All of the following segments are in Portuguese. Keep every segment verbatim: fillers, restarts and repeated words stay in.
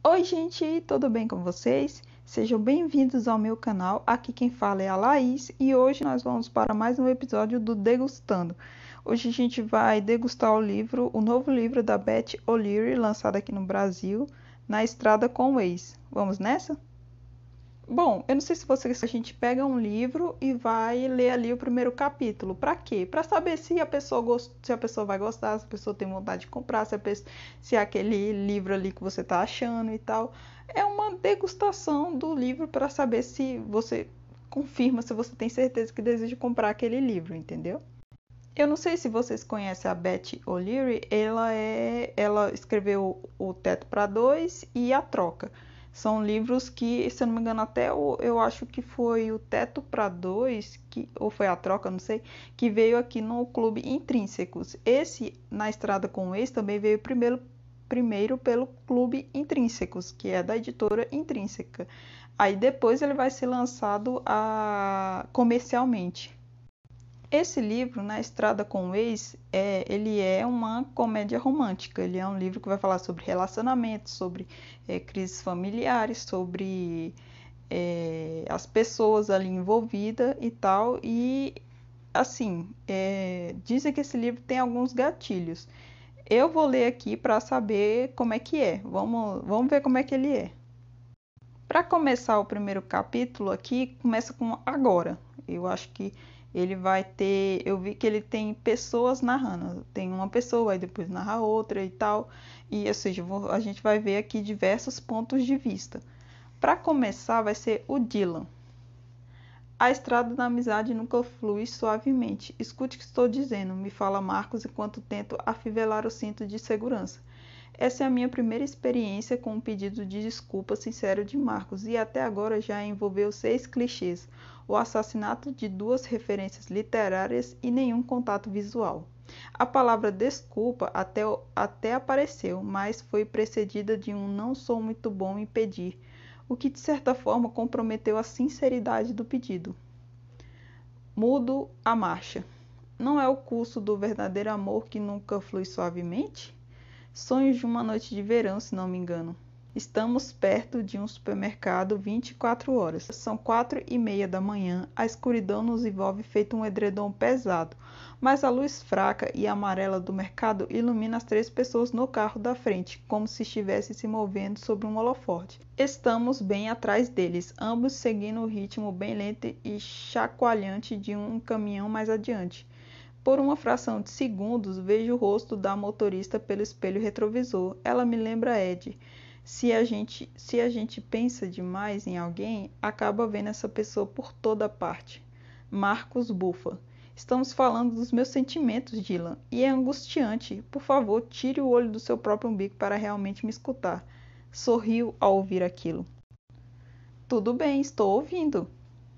Oi gente, tudo bem com vocês? Sejam bem-vindos ao meu canal, aqui quem fala é a Laís e hoje nós vamos para mais um episódio do Degustando. Hoje a gente vai degustar o livro, o novo livro da Beth O'Leary, lançado aqui no Brasil, Na Estrada com o Ex. Vamos nessa? Bom, eu não sei se vocês, a gente pega um livro e vai ler ali o primeiro capítulo. Para quê? Para saber se a pessoa gost... se a pessoa vai gostar, se a pessoa tem vontade de comprar, se, pessoa... se é aquele livro ali que você está achando e tal. É uma degustação do livro para saber se você confirma, se você tem certeza que deseja comprar aquele livro, entendeu? Eu não sei se vocês conhecem a Beth O'Leary, ela é, ela escreveu O Teto para Dois e A Troca. São livros que, se eu não me engano, até o, eu acho que foi O Teto para Dois, que, ou foi A Troca, não sei, que veio aqui no Clube Intrínsecos. Esse, Na Estrada com o Ex, também veio primeiro, primeiro pelo Clube Intrínsecos, que é da editora Intrínseca. Aí depois ele vai ser lançado a, comercialmente. Esse livro, Na Estrada com o Ex, é, ele é uma comédia romântica. Ele é um livro que vai falar sobre relacionamentos, sobre é, crises familiares, sobre é, as pessoas ali envolvidas e tal. E, assim, é, dizem que esse livro tem alguns gatilhos. Eu vou ler aqui para saber como é que é. Vamos, vamos ver como é que ele é. Para começar o primeiro capítulo aqui, começa com agora. Eu acho que ele vai ter, eu vi que ele tem pessoas narrando, tem uma pessoa, aí depois narra outra e tal, e ou seja, a gente vai ver aqui diversos pontos de vista. Para começar, vai ser o Dylan. A estrada da amizade nunca flui suavemente. Escute o que estou dizendo, me fala Marcos enquanto tento afivelar o cinto de segurança. Essa é a minha primeira experiência com um pedido de desculpa sincero de Marcos e até agora já envolveu seis clichês, o assassinato de duas referências literárias e nenhum contato visual. A palavra desculpa até, até apareceu, mas foi precedida de um não sou muito bom em pedir, o que de certa forma comprometeu a sinceridade do pedido. Mudo a marcha. Não é o curso do verdadeiro amor que nunca flui suavemente? Sonhos de uma noite de verão, se não me engano. Estamos perto de um supermercado vinte e quatro horas. São quatro e meia da manhã, a escuridão nos envolve feito um edredom pesado, mas a luz fraca e amarela do mercado ilumina as três pessoas no carro da frente, como se estivessem se movendo sobre um holofote. Estamos bem atrás deles, ambos seguindo o ritmo bem lento e chacoalhante de um caminhão mais adiante. Por uma fração de segundos, vejo o rosto da motorista pelo espelho retrovisor. Ela me lembra Ed. Se a gente, se a gente pensa demais em alguém, acaba vendo essa pessoa por toda parte. Marcos bufa. Estamos falando dos meus sentimentos, Dylan, e é angustiante. Por favor, tire o olho do seu próprio umbigo para realmente me escutar. Sorriu ao ouvir aquilo. Tudo bem, estou ouvindo.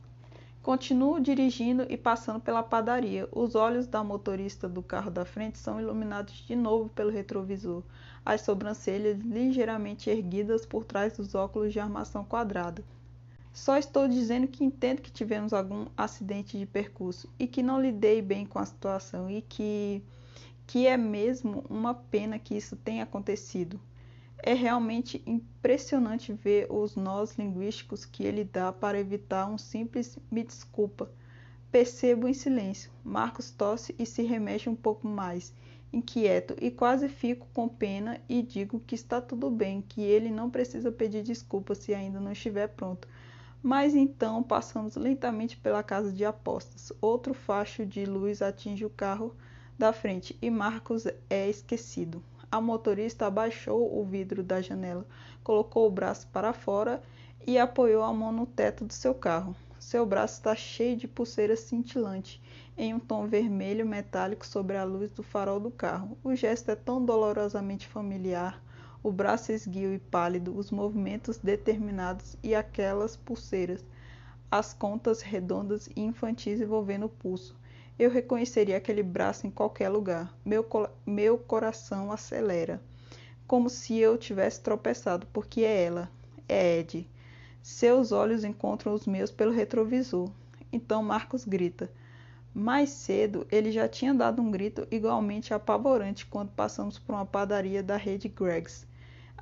Continuo dirigindo e passando pela padaria. Os olhos da motorista do carro da frente são iluminados de novo pelo retrovisor, as sobrancelhas ligeiramente erguidas por trás dos óculos de armação quadrada. Só estou dizendo que entendo que tivemos algum acidente de percurso e que não lidei bem com a situação e que, que é mesmo uma pena que isso tenha acontecido. É realmente impressionante ver os nós linguísticos que ele dá para evitar um simples me desculpa. Percebo em silêncio. Marcos tosse e se remexe um pouco mais, inquieto, e quase fico com pena e digo que está tudo bem, que ele não precisa pedir desculpa se ainda não estiver pronto. Mas então passamos lentamente pela casa de apostas. Outro facho de luz atinge o carro da frente e Marcos é esquecido. A motorista abaixou o vidro da janela, colocou o braço para fora e apoiou a mão no teto do seu carro. Seu braço está cheio de pulseiras cintilantes, em um tom vermelho metálico sobre a luz do farol do carro. O gesto é tão dolorosamente familiar, o braço esguio e pálido, os movimentos determinados e aquelas pulseiras, as contas redondas e infantis envolvendo o pulso. Eu reconheceria aquele braço em qualquer lugar. Meu, meu coração acelera, como se eu tivesse tropeçado, porque é ela, é Ed. Seus olhos encontram os meus pelo retrovisor. Então Marcos grita. Mais cedo, ele já tinha dado um grito igualmente apavorante quando passamos por uma padaria da rede Greggs.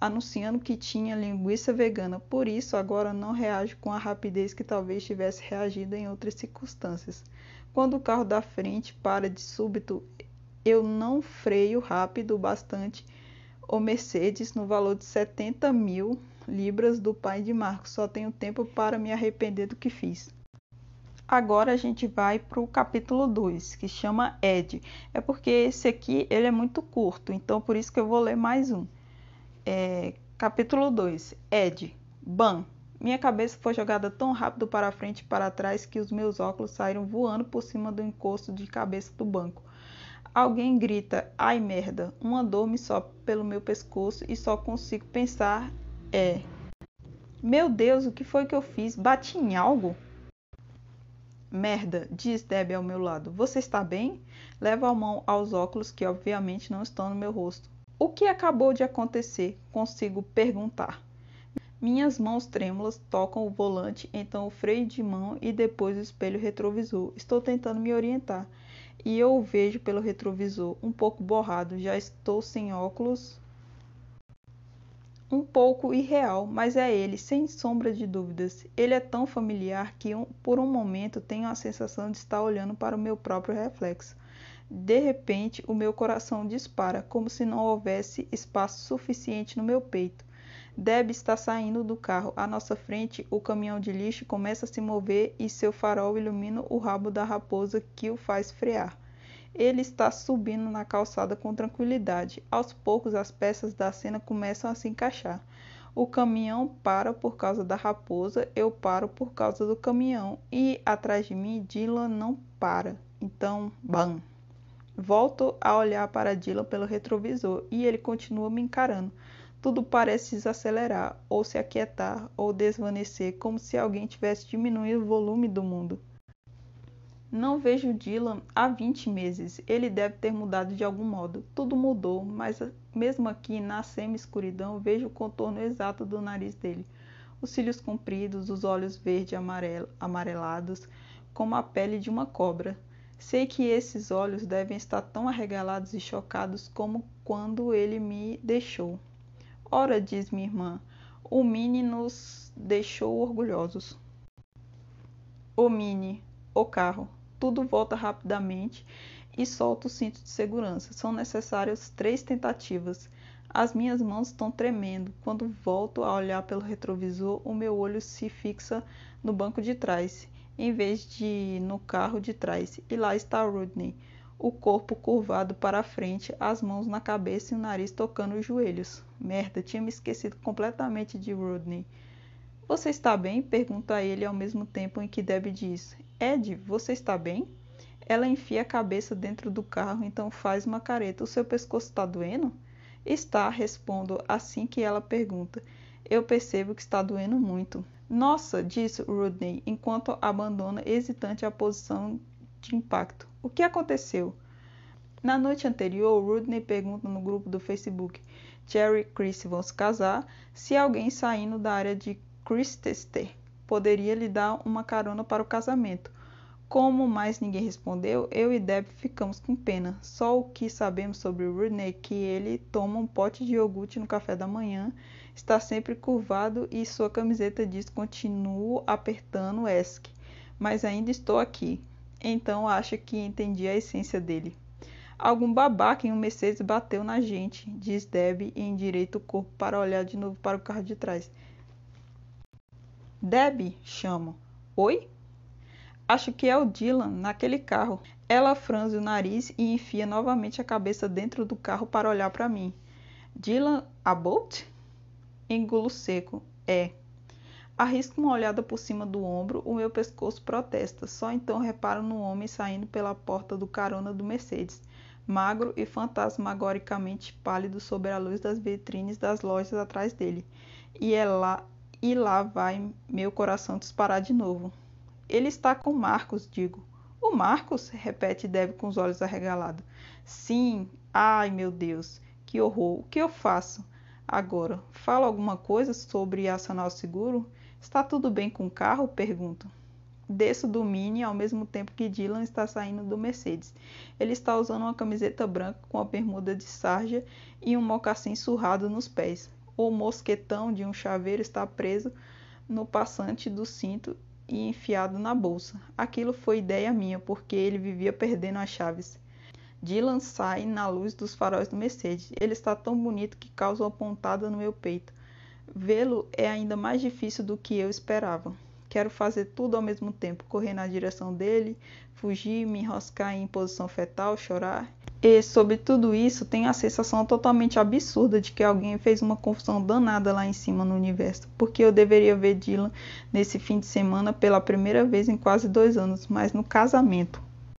anunciando que tinha linguiça vegana. Por isso, agora não reajo com a rapidez que talvez tivesse reagido em outras circunstâncias. Quando o carro da frente para de súbito, eu não freio rápido o bastante o Mercedes no valor de setenta mil libras do pai de Marcos. Só tenho tempo para me arrepender do que fiz. Agora a gente vai para o capítulo dois, que chama Ed. É porque esse aqui ele é muito curto, então por isso que eu vou ler mais um. É, capítulo dois, Ed. Bam! Minha cabeça foi jogada tão rápido para frente e para trás que os meus óculos saíram voando por cima do encosto de cabeça do banco. Alguém grita, ai merda, uma dor me sobe pelo meu pescoço e só consigo pensar é... Meu Deus, o que foi que eu fiz? Bati em algo? Merda, diz Debbie ao meu lado. Você está bem? Levo a mão aos óculos que obviamente não estão no meu rosto. O que acabou de acontecer? Consigo perguntar. Minhas mãos trêmulas tocam o volante, então o freio de mão e depois o espelho retrovisor. Estou tentando me orientar. E eu o vejo pelo retrovisor, um pouco borrado. Já estou sem óculos. Um pouco irreal, mas é ele, sem sombra de dúvidas. Ele é tão familiar que um, por um momento tenho a sensação de estar olhando para o meu próprio reflexo. De repente, o meu coração dispara, como se não houvesse espaço suficiente no meu peito. Deb está saindo do carro. À nossa frente, o caminhão de lixo começa a se mover e seu farol ilumina o rabo da raposa que o faz frear. Ele está subindo na calçada com tranquilidade. Aos poucos, as peças da cena começam a se encaixar. O caminhão para por causa da raposa, eu paro por causa do caminhão e, atrás de mim, Dylan não para. Então, bam! Volto a olhar para Dylan pelo retrovisor e ele continua me encarando. Tudo parece desacelerar, ou se aquietar, ou desvanecer, como se alguém tivesse diminuído o volume do mundo. Não vejo Dylan há vinte meses. Ele deve ter mudado de algum modo. Tudo mudou, mas mesmo aqui na semi-escuridão vejo o contorno exato do nariz dele. Os cílios compridos, os olhos verde amarelados, como a pele de uma cobra. Sei que esses olhos devem estar tão arregalados e chocados como quando ele me deixou. Ora, diz minha irmã, o Mini nos deixou orgulhosos. O Mini, o carro. Tudo volta rapidamente e solto o cinto de segurança. São necessárias três tentativas. As minhas mãos estão tremendo. Quando volto a olhar pelo retrovisor, o meu olho se fixa no banco de trás, em vez de no carro de trás. E lá está Rodney, o corpo curvado para a frente, as mãos na cabeça e o nariz tocando os joelhos. Merda, tinha me esquecido completamente de Rodney. Você está bem? Pergunta a ele ao mesmo tempo em que Debbie diz. Ed, você está bem? Ela enfia a cabeça dentro do carro, então faz uma careta. O seu pescoço está doendo? Está, respondo assim que ela pergunta. Eu percebo que está doendo muito. Nossa, diz Rodney, enquanto abandona hesitante a posição de impacto. O que aconteceu? Na noite anterior, Rodney pergunta no grupo do Facebook. Jerry e Chris vão se casar. Se alguém saindo da área de Christester poderia lhe dar uma carona para o casamento. Como mais ninguém respondeu, eu e Deb ficamos com pena. Só o que sabemos sobre Rodney é que ele toma um pote de iogurte no café da manhã, está sempre curvado e sua camiseta diz continuo apertando o ESC, mas ainda estou aqui. Então acho que entendi a essência dele. Algum babaca em um Mercedes bateu na gente, diz Deb e endireita o corpo para olhar de novo para o carro de trás. Deb, chamo. Oi? Acho que é o Dylan, naquele carro. Ela franze o nariz e enfia novamente a cabeça dentro do carro para olhar para mim. Dylan Abbott? Engulo seco. É. Arrisco uma olhada por cima do ombro, o meu pescoço protesta. Só então reparo no homem saindo pela porta do carona do Mercedes, magro e fantasmagoricamente pálido sob a luz das vitrines das lojas atrás dele. E é lá... E lá vai meu coração disparar de novo. Ele está com Marcos, digo. O Marcos? Repete Deb com os olhos arregalados. Sim. Ai, meu Deus. Que horror. O que eu faço? Agora, fala alguma coisa sobre acionar o seguro? Está tudo bem com o carro? Pergunto. Desço do Mini ao mesmo tempo que Dylan está saindo do Mercedes. Ele está usando uma camiseta branca com a bermuda de sarja e um mocassim surrado nos pés. O mosquetão de um chaveiro está preso no passante do cinto e enfiado na bolsa. Aquilo foi ideia minha, porque ele vivia perdendo as chaves. Dylan sai na luz dos faróis do Mercedes. Ele está tão bonito que causa uma pontada no meu peito. Vê-lo é ainda mais difícil do que eu esperava. Quero fazer tudo ao mesmo tempo, correr na direção dele, fugir, me enroscar em posição fetal, chorar. E, sobre tudo isso, tenho a sensação totalmente absurda de que alguém fez uma confusão danada lá em cima no universo, porque eu deveria ver Dylan nesse fim de semana pela primeira vez em quase dois anos, mas no casamento.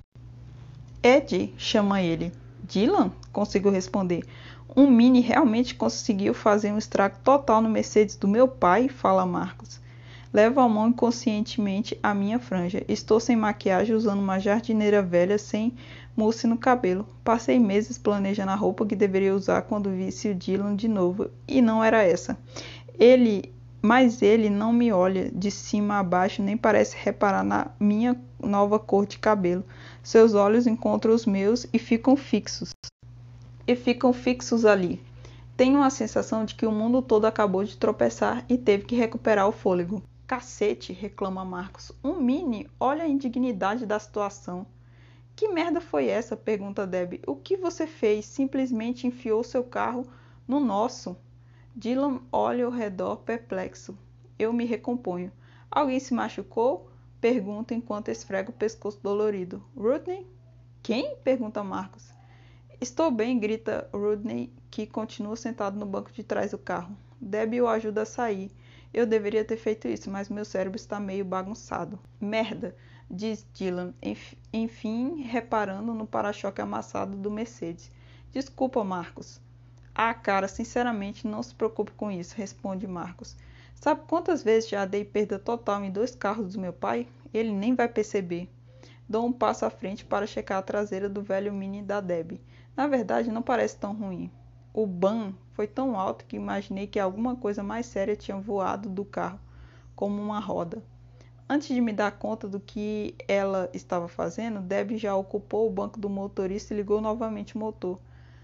Ed, chama ele. Dylan? Consigo responder. Um Mini realmente conseguiu fazer um estrago total no Mercedes do meu pai? Fala Marcos. Levo a mão inconscientemente à minha franja. Estou sem maquiagem, usando uma jardineira velha sem mousse no cabelo. Passei meses planejando a roupa que deveria usar quando visse o Dylan de novo, e não era essa. Ele, mas ele não me olha de cima a baixo, nem parece reparar na minha nova cor de cabelo. Seus olhos encontram os meus e ficam fixos. E ficam fixos ali. Tenho a sensação de que o mundo todo acabou de tropeçar e teve que recuperar o fôlego. Cacete, reclama Marcos. Um Mini, olha a indignidade da situação. Que merda foi essa? Pergunta Debbie. O que você fez? Simplesmente enfiou seu carro no nosso. Dylan olha ao redor perplexo. Eu me recomponho. Alguém se machucou? Pergunto enquanto esfrega o pescoço dolorido. Rodney? Quem? Pergunta Marcos. Estou bem, grita Rodney, que continua sentado no banco de trás do carro. Debbie o ajuda a sair. Eu deveria ter feito isso, mas meu cérebro está meio bagunçado. Merda, diz Dylan, enfim, reparando no para-choque amassado do Mercedes. Desculpa, Marcos. Ah, cara, sinceramente, não se preocupe com isso, responde Marcos. Sabe quantas vezes já dei perda total em dois carros do meu pai? Ele nem vai perceber. Dou um passo à frente para checar a traseira do velho Mini da Debbie. Na verdade, não parece tão ruim. O bam foi tão alto que imaginei que alguma coisa mais séria tinha voado do carro, como uma roda. Antes de me dar conta do que ela estava fazendo, Debbie já ocupou o banco do motorista e ligou novamente o motor.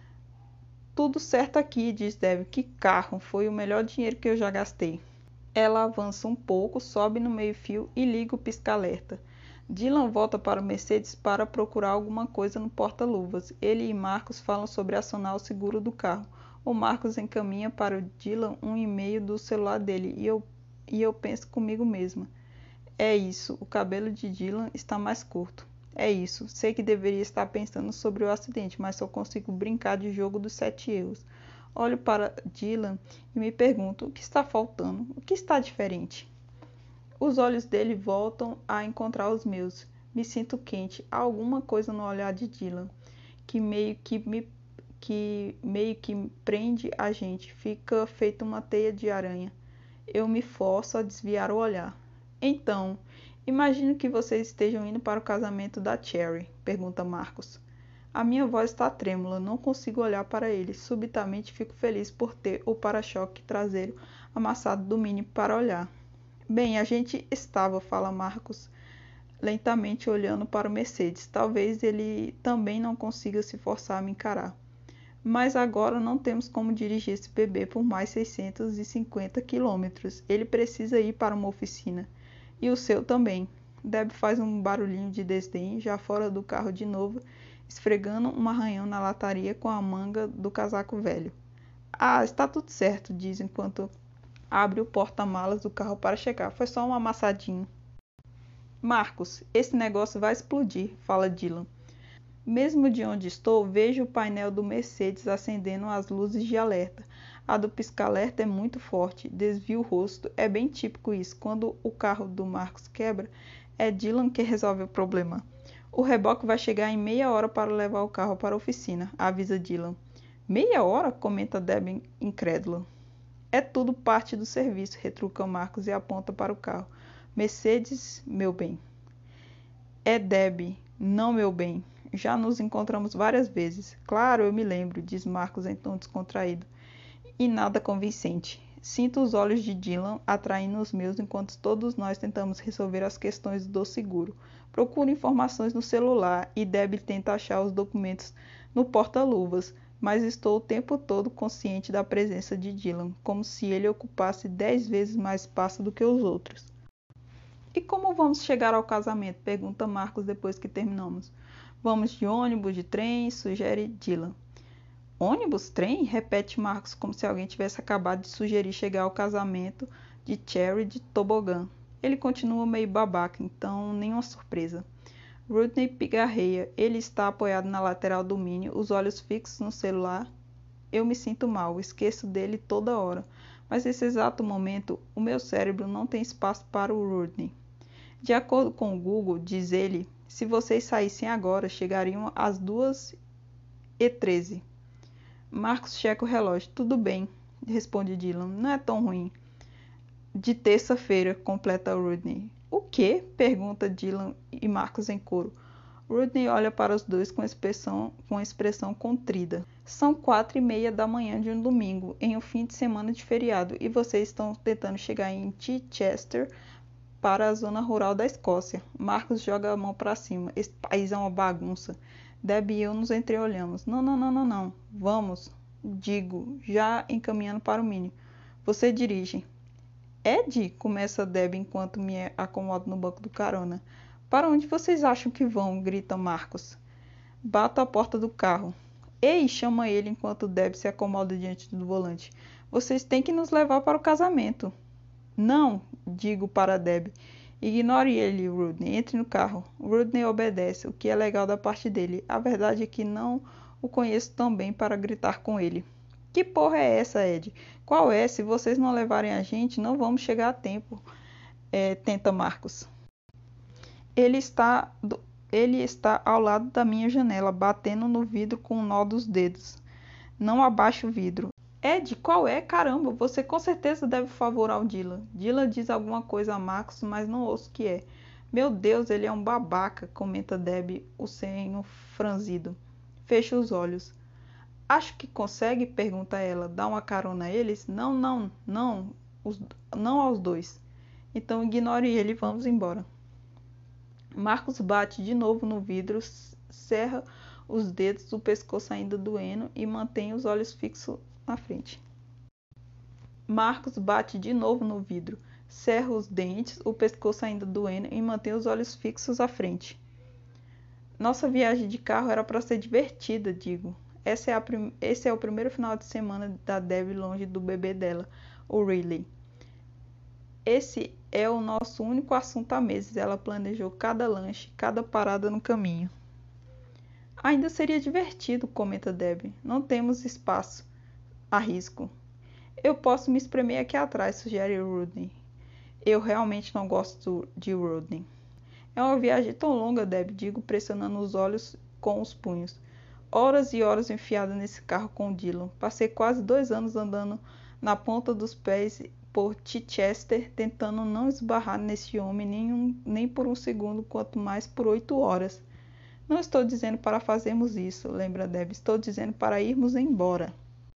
Tudo certo aqui, diz Debbie. Que carro! Foi o melhor dinheiro que eu já gastei. Ela avança um pouco, sobe no meio-fio e liga o pisca-alerta. Dylan volta para o Mercedes para procurar alguma coisa no porta-luvas. Ele e Marcos falam sobre acionar o seguro do carro. O Marcos encaminha para o Dylan um e-mail do celular dele e eu, e eu penso comigo mesma. É isso, o cabelo de Dylan está mais curto. É isso, sei que deveria estar pensando sobre o acidente, mas só consigo brincar de jogo dos sete erros. Olho para Dylan e me pergunto o que está faltando, o que está diferente. Os olhos dele voltam a encontrar os meus. Me sinto quente. Há alguma coisa no olhar de Dylan que meio que me que meio que prende a gente. Fica feito uma teia de aranha. Eu me forço a desviar o olhar. Então, imagino que vocês estejam indo para o casamento da Cherry, pergunta Marcos. A minha voz está trêmula, não consigo olhar para ele. Subitamente fico feliz por ter o para-choque traseiro amassado do Mini para olhar. Bem, a gente estava, fala Marcos, lentamente olhando para o Mercedes. Talvez ele também não consiga se forçar a me encarar. Mas agora não temos como dirigir esse bebê por mais seiscentos e cinquenta quilômetros. Ele precisa ir para uma oficina. E o seu também. Deb faz um barulhinho de desdém, já fora do carro de novo, esfregando um arranhão na lataria com a manga do casaco velho. Ah, está tudo certo, diz enquanto abre o porta-malas do carro para checar. Foi só um amassadinho. Marcos, esse negócio vai explodir, fala Dylan. Mesmo de onde estou, vejo o painel do Mercedes acendendo as luzes de alerta. A do pisca-alerta é muito forte, desvia o rosto. É bem típico isso. Quando o carro do Marcos quebra, é Dylan que resolve o problema. O reboque vai chegar em meia hora para levar o carro para a oficina, avisa Dylan. Meia hora? Comenta Debbie incrédula. É tudo parte do serviço, retruca Marcos e aponta para o carro. Mercedes, meu bem. É Debbie, não meu bem. Já nos encontramos várias vezes. Claro, eu me lembro, diz Marcos em tom descontraído. E nada convincente. Sinto os olhos de Dylan atraindo os meus enquanto todos nós tentamos resolver as questões do seguro. Procuro informações no celular e Debbie tenta achar os documentos no porta-luvas. mas estou o tempo todo consciente da presença de Dylan, como se ele ocupasse dez vezes mais espaço do que os outros. E como vamos chegar ao casamento? Pergunta Marcos depois que terminamos. Vamos de ônibus, de trem? Sugere Dylan. Ônibus, trem? Repete Marcos, como se alguém tivesse acabado de sugerir chegar ao casamento de Cherry de tobogã. Ele continua meio babaca, então nenhuma surpresa. Rodney pigarreia. Ele está apoiado na lateral do Mini, os olhos fixos no celular. Eu me sinto mal, esqueço dele toda hora. Mas nesse exato momento, o meu cérebro não tem espaço para o Rodney. De acordo com o Google, diz ele, se vocês saíssem agora, chegariam às duas e treze. Marcos checa o relógio. Tudo bem, responde Dylan. Não é tão ruim. De terça-feira, completa Rodney. O quê? Pergunta Dylan e Marcos em coro. Rodney olha para os dois com expressão, com expressão contrida. São quatro e meia da manhã de um domingo, em um fim de semana de feriado, e vocês estão tentando chegar em Chichester para a zona rural da Escócia. Marcos joga a mão para cima. Esse país é uma bagunça. Deb e eu nos entreolhamos. Não, não, não, não, não. Vamos, digo, já encaminhando para o Mini. Você dirige. Ed, começa Deb enquanto me acomodo no banco do carona. Para onde vocês acham que vão? Grita Marcos. Bato a porta do carro. Ei, chama ele enquanto Deb se acomoda diante do volante. Vocês têm que nos levar para o casamento. Não, digo para Deb. Ignore ele, Rodney. Entre no carro. Rodney obedece, o que é legal da parte dele. A verdade é que não o conheço tão bem para gritar com ele. Que porra é essa, Ed? Qual é? Se vocês não levarem a gente, não vamos chegar a tempo. É, tenta Marcos. Ele está, do, ele está ao lado da minha janela, batendo no vidro com o nó dos dedos. Não abaixa o vidro. Ed, qual é? Caramba, você com certeza deve favor ao Dylan. Dylan diz alguma coisa a Marcos, mas não ouço o que é. Meu Deus, ele é um babaca, comenta Deb, o senho franzido. Fecha os olhos. Acho que consegue? Pergunta ela. Dá uma carona a eles? Não, não, não. Os, não aos dois. Então ignore ele e vamos embora. Marcos bate de novo no vidro, cerra os dedos, o pescoço ainda doendo e mantém os olhos fixos na frente. Marcos bate de novo no vidro, cerra os dentes, o pescoço ainda doendo e mantém os olhos fixos à frente. Nossa viagem de carro era para ser divertida, digo. Esse é, a prim- esse é o primeiro final de semana da Deb longe do bebê dela, o Riley. Esse é o nosso único assunto há meses. Ela planejou cada lanche, cada parada no caminho. Ainda seria divertido, comenta Deb. Não temos espaço. Arrisco. Eu posso me espremer aqui atrás, sugere Rodney. Eu realmente não gosto de Rodney. É uma viagem tão longa, Deb, digo, pressionando os olhos com os punhos. Horas e horas enfiada nesse carro com o Dylan. Passei quase dois anos andando na ponta dos pés por Chichester, tentando não esbarrar nesse homem nem, um, nem por um segundo, quanto mais por oito horas. Não estou dizendo para fazermos isso, lembra Deb. Estou dizendo para irmos embora.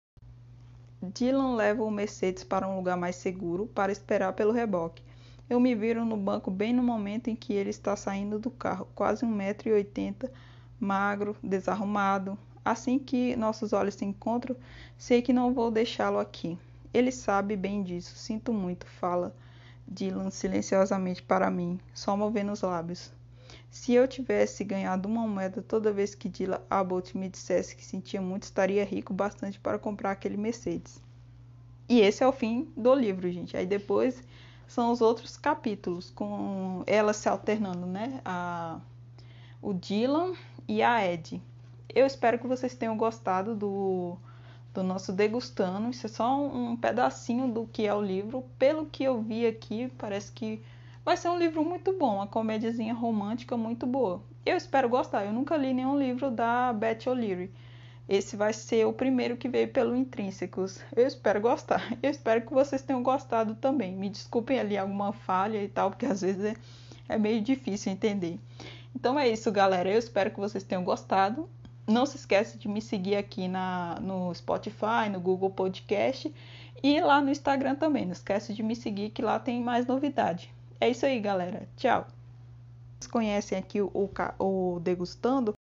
Dylan leva o Mercedes para um lugar mais seguro para esperar pelo reboque. Eu me viro no banco bem no momento em que ele está saindo do carro, quase um metro e oitenta, magro, desarrumado. Assim que nossos olhos se encontram, sei que não vou deixá-lo aqui. Ele sabe bem disso. Sinto muito, fala Dylan silenciosamente para mim, só movendo os lábios. Se eu tivesse ganhado uma moeda toda vez que Dylan Abbott me dissesse que sentia muito, estaria rico bastante para comprar aquele Mercedes. E esse é o fim do livro, gente. Aí depois são os outros capítulos, com ela se alternando, né? A, o Dylan e a Ed. Eu espero que vocês tenham gostado do, do nosso degustando. Isso é só um, um pedacinho do que é o livro. Pelo que eu vi aqui, parece que vai ser um livro muito bom, uma comédiazinha romântica muito boa. Eu espero gostar. Eu nunca li nenhum livro da Beth O'Leary. Esse vai ser o primeiro que veio pelo Intrínsecos. Eu espero gostar. Eu espero que vocês tenham gostado também. Me desculpem ali alguma falha e tal, porque às vezes é, é meio difícil entender. Então é isso, galera. Eu espero que vocês tenham gostado. Não se esqueça de me seguir aqui na, no Spotify, no Google Podcast e lá no Instagram também. Não esquece de me seguir que lá tem mais novidade. É isso aí, galera. Tchau. Vocês conhecem aqui o, o, o Degustando?